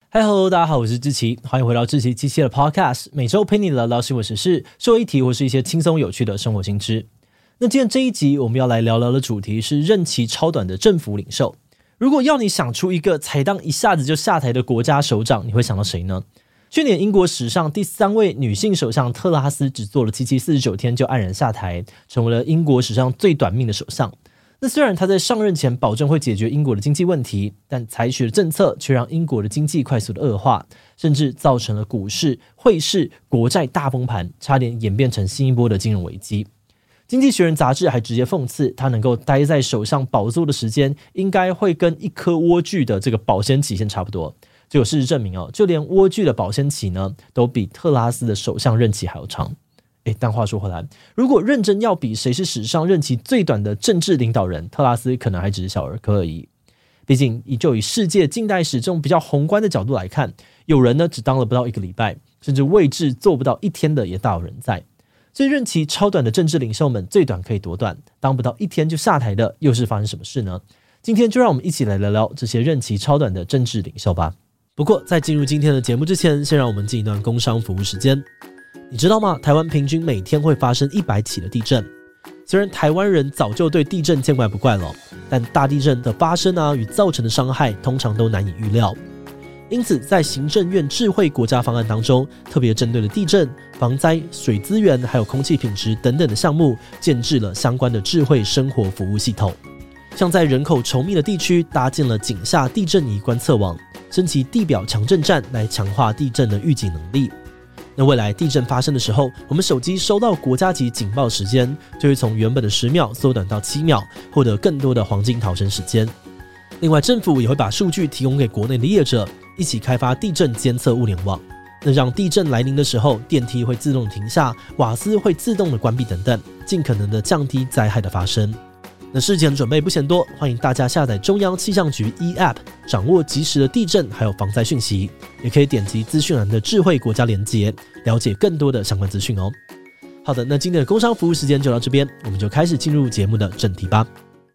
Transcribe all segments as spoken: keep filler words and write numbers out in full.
嗨 ，Hello， 大家好，我是志祺，欢迎回到志祺七七的 Podcast， 每周陪你聊聊新闻时事、社会议题或是一些轻松有趣的生活新知。那今天这一集我们要来聊聊的主题是任期超短的政府领袖。如果要你想出一个才当一下子就下台的国家首长，你会想到谁呢？去年英国史上第三位女性首相特拉斯只做了七七四十九天就黯然下台，成为了英国史上最短命的首相。那虽然他在上任前保证会解决英国的经济问题，但采取的政策却让英国的经济快速的恶化，甚至造成了股市、汇市、国债大崩盘，差点演变成新一波的金融危机。经济学人杂志还直接讽刺，他能够待在首相宝座的时间，应该会跟一颗莴苣的这个保鲜期限差不多。就有事实证明哦，就连莴苣的保鲜期呢，都比特拉斯的首相任期还要长。诶，但话说回来，如果认真要比谁是史上任期最短的政治领导人，特拉斯可能还只是小儿科而已。毕竟就以世界近代史这种比较宏观的角度来看，有人呢只当了不到一个礼拜，甚至位置做不到一天的也大有人在。所以任期超短的政治领袖们，最短可以多短？当不到一天就下台的，又是发生什么事呢？今天就让我们一起来聊聊这些任期超短的政治领袖吧。不过在进入今天的节目之前，先让我们进一段工商服务时间。你知道吗？台湾平均每天会发生一百起的地震。虽然台湾人早就对地震见怪不怪了，但大地震的发生啊与造成的伤害通常都难以预料。因此在行政院智慧国家方案当中，特别针对了地震、防灾、水资源还有空气品质等等的项目，建置了相关的智慧生活服务系统。像在人口稠密的地区搭建了井下地震仪观测网，升级地表强震站来强化地震的预警能力。那未来地震发生的时候，我们手机收到国家级警报时间就会从原本的十秒缩短到七秒，获得更多的黄金逃生时间。另外政府也会把数据提供给国内的业者，一起开发地震监测物联网，那让地震来临的时候，电梯会自动停下，瓦斯会自动的关闭等等，尽可能的降低灾害的发生。那事前准备不嫌多，欢迎大家下载中央气象局 E App， 掌握即时的地震还有防灾讯息，也可以点击资讯栏的智慧国家连结，了解更多的相关资讯哦。好的，那今天的工商服务时间就到这边，我们就开始进入节目的正题吧。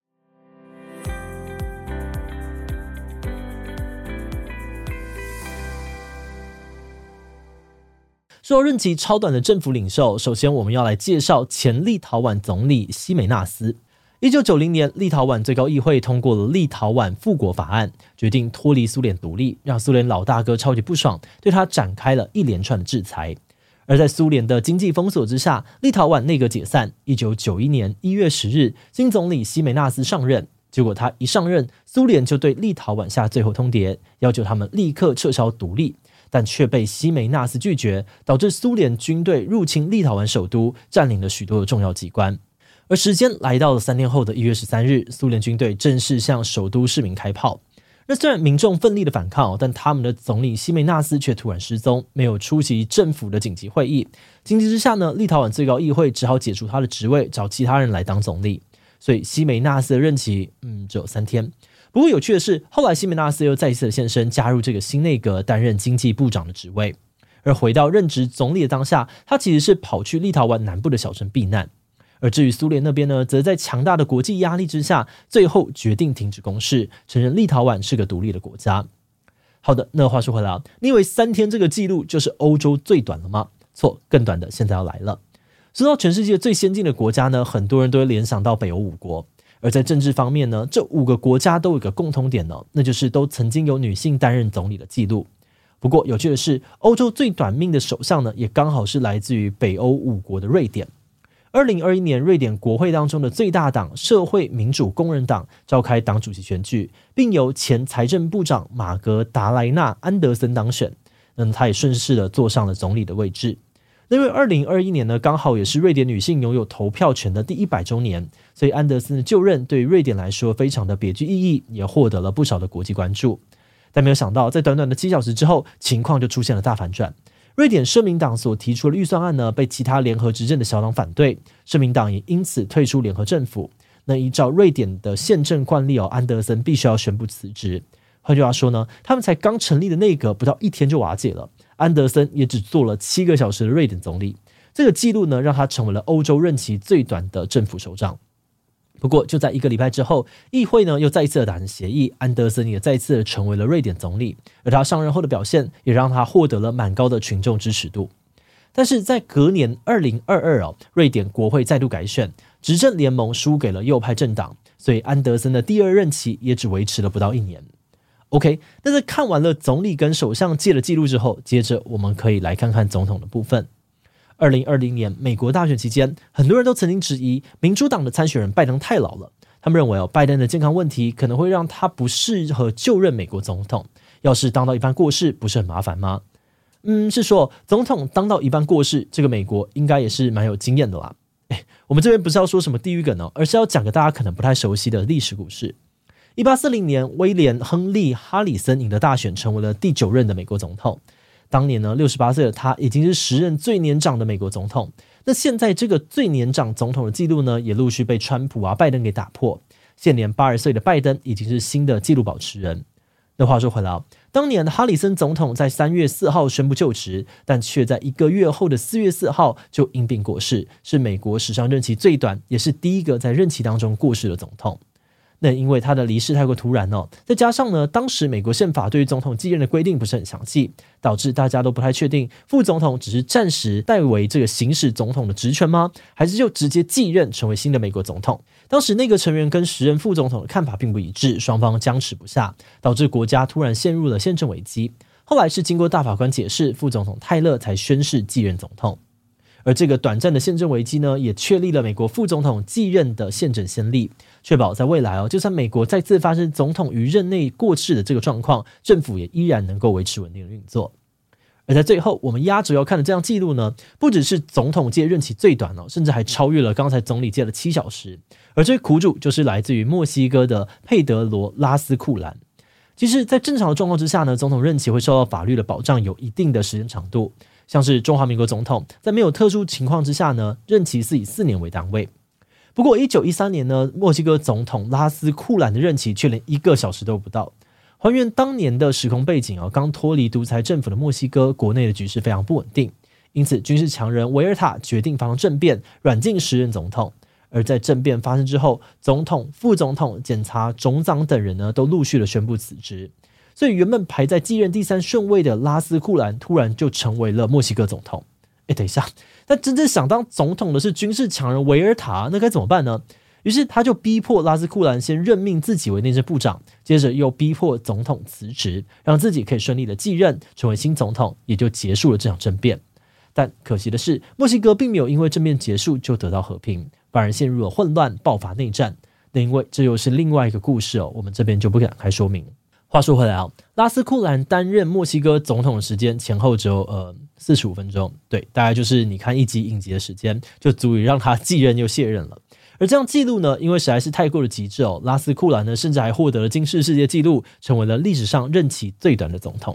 说到任期超短的政府领袖，首先我们要来介绍前立陶宛总理西美纳斯。一九九零年，立陶宛最高议会通过了立陶宛复国法案，决定脱离苏联独立，让苏联老大哥超级不爽，对他展开了一连串的制裁。而在苏联的经济封锁之下，立陶宛内阁解散。一九九一年一月十日，新总理西美纳斯上任，结果他一上任，苏联就对立陶宛下最后通牒，要求他们立刻撤销独立，但却被西美纳斯拒绝，导致苏联军队入侵立陶宛首都，占领了许多的重要机关。而时间来到了三天后的一月十三日，苏联军队正式向首都市民开炮。那虽然民众奋力的反抗，但他们的总理西美纳斯却突然失踪，没有出席政府的紧急会议。情急之下呢，立陶宛最高议会只好解除他的职位，找其他人来当总理。所以西美纳斯的任期嗯只有三天。不过有趣的是，后来西美纳斯又再一次的现身，加入这个新内阁，担任经济部长的职位。而回到任职总理的当下，他其实是跑去立陶宛南部的小镇避难。而至于苏联那边呢，则在强大的国际压力之下，最后决定停止攻势，承认立陶宛是个独立的国家。好的，那话说回来，你以为三天这个记录就是欧洲最短了吗？错，更短的现在要来了。说到全世界最先进的国家呢，很多人都会联想到北欧五国。而在政治方面呢，这五个国家都有一个共同点呢，那就是都曾经有女性担任总理的记录。不过有趣的是，欧洲最短命的首相呢，也刚好是来自于北欧五国的瑞典。二零二一年，瑞典国会当中的最大党社会民主工人党召开党主席选举，并由前财政部长马格达莱纳·安德森当选。那他也顺势的坐上了总理的位置。那因为二零二一年呢，刚好也是瑞典女性拥有投票权的第一百周年，所以安德森的就任对瑞典来说非常的别具意义，也获得了不少的国际关注。但没有想到，在短短的七小时之后，情况就出现了大反转。瑞典社民党所提出的预算案呢，被其他联合执政的小党反对，社民党也因此退出联合政府。那依照瑞典的宪政惯例哦，安德森必须要宣布辞职。换句话说呢，他们才刚成立的内阁不到一天就瓦解了，安德森也只做了七个小时的瑞典总理。这个记录呢，让他成为了欧洲任期最短的政府首长。 不过就在一个礼拜之后，议会呢又再一次的达成协议，安德森也再一次的成为了瑞典总理，而他上任后的表现也让他获得了蛮高的群众支持度。但是在隔年二零二二哦，瑞典国会再度改选，执政联盟输给了右派政党，所以安德森的第二任期也只维持了不到一年。OK， 那在看完了总理跟首相界的记录之后，接着我们可以来看看总统的部分。二零二零年美国大选期间，很多人都曾经质疑民主党的参选人拜登太老了，他们认为哦，拜登的健康问题可能会让他不适合就任美国总统，要是当到一半过世，不是很麻烦吗？嗯，是说总统当到一半过世，这个美国应该也是蛮有经验的啦。诶，我们这边不是要说什么地狱梗哦，而是要讲个大家可能不太熟悉的历史故事。一八四零年，威廉·亨利·哈里森赢得大选，成为了第九任的美国总统。当年呢，六十八岁的他已经是时任最年长的美国总统。那现在这个最年长总统的记录呢，也陆续被川普啊、拜登给打破。现年八十岁的拜登已经是新的纪录保持人。那话说回来，当年的哈里森总统在三月四号宣布就职，但却在一个月后的四月四号就因病过世，是美国史上任期最短，也是第一个在任期当中过世的总统。那因为他的离世太过突然哦，再加上呢，当时美国宪法对于总统继任的规定不是很详细，导致大家都不太确定副总统只是暂时代为这个行使总统的职权吗？还是就直接继任成为新的美国总统？当时内阁成员跟时任副总统的看法并不一致，双方僵持不下，导致国家突然陷入了宪政危机。后来是经过大法官解释，副总统泰勒才宣誓继任总统。而这个短暂的宪政危机呢，也确立了美国副总统继任的宪政先例，确保在未来哦，就算美国再次发生总统于任内过世的这个状况，政府也依然能够维持稳定的运作。而在最后，我们压轴要看的这样记录呢，不只是总统界任期最短哦，甚至还超越了刚才总理界的七小时。而这苦主就是来自于墨西哥的佩德罗·拉斯库兰。其实，在正常的状况之下呢，总统任期会受到法律的保障，有一定的时间长度。像是中华民国总统，在没有特殊情况之下呢，任期是以四年为单位。不过一九一三年呢，墨西哥总统拉斯库兰的任期却连一个小时都不到。还原当年的时空背景哦，刚脱离独裁政府的墨西哥，国内的局势非常不稳定，因此军事强人维尔塔决定发动政变，软禁时任总统。而在政变发生之后，总统、副总统、检察总长等人呢，都陆续的宣布辞职。所以原本排在继任第三顺位的拉斯库兰突然就成为了墨西哥总统。诶，等一下，但真正想当总统的是军事强人维尔塔，那该怎么办呢？于是他就逼迫拉斯库兰先任命自己为内政部长，接着又逼迫总统辞职，让自己可以顺利的继任成为新总统，也就结束了这场政变。但可惜的是，墨西哥并没有因为政变结束就得到和平，反而陷入了混乱，爆发内战。那因为这又是另外一个故事哦，我们这边就不展开说明。话说回来啊，拉斯库兰担任墨西哥总统的时间前后只有呃四十五分钟，对，大概就是你看一集影集的时间，就足以让他继任又卸任了。而这样记录呢，因为实在是太过的极致哦，拉斯库兰呢甚至还获得了金氏世界纪录，成为了历史上任期最短的总统。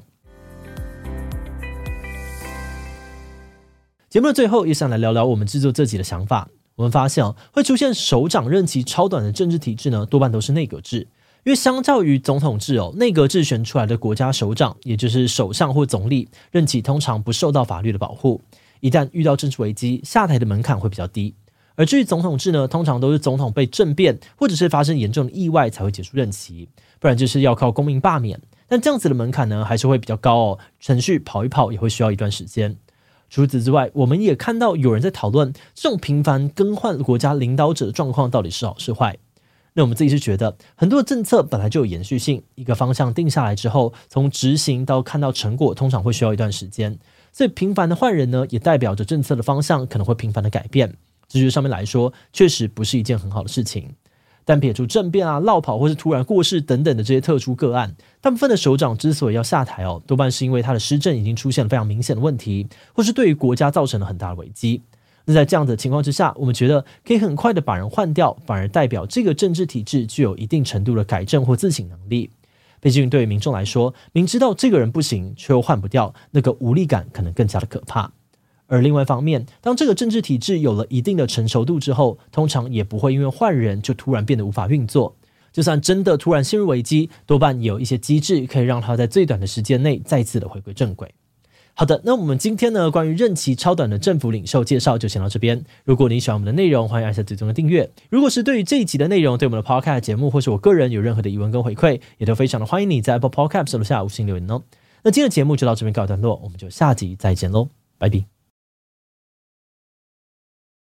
节目的最后也想来聊聊我们制作这集的想法。我们发现哦，会出现首长任期超短的政治体制呢，多半都是内阁制。因为相较于总统制哦，内阁制选出来的国家首长，也就是首相或总理，任期通常不受到法律的保护。一旦遇到政治危机，下台的门槛会比较低。而至于总统制呢，通常都是总统被政变或者是发生严重的意外才会结束任期，不然就是要靠公民罢免。但这样子的门槛呢，还是会比较高哦，程序跑一跑也会需要一段时间。除此之外，我们也看到有人在讨论这种频繁更换国家领导者的状况到底是好是坏。那我们自己是觉得，很多的政策本来就有延续性，一个方向定下来之后，从执行到看到成果，通常会需要一段时间。所以频繁的换人呢，也代表着政策的方向可能会频繁的改变。直觉上面来说，确实不是一件很好的事情。但撇除政变啊、落跑或是突然过世等等的这些特殊个案，大部分的首长之所以要下台哦，多半是因为他的施政已经出现了非常明显的问题，或是对于国家造成了很大的危机。那在这样的情况之下，我们觉得可以很快的把人换掉，反而代表这个政治体制具有一定程度的改正或自省能力。毕竟对于民众来说，明知道这个人不行却又换不掉，那个无力感可能更加的可怕。而另外一方面，当这个政治体制有了一定的成熟度之后，通常也不会因为换人就突然变得无法运作。就算真的突然陷入危机，多半也有一些机制可以让它在最短的时间内再次的回归正轨。 好的，那我们今天呢，关于任期超短的政府领袖介绍就先到这边。如果你喜欢我们的内容，欢迎按下最终的订阅。如果是对于这一集的内容，对我们的 Podcast 节目或是我个人有任何的疑问跟回馈，也都非常的欢迎你在 Apple Podcast 留下五星留言哦。那今天的节目就到这边告一段落，我们就下集再见喽，拜拜。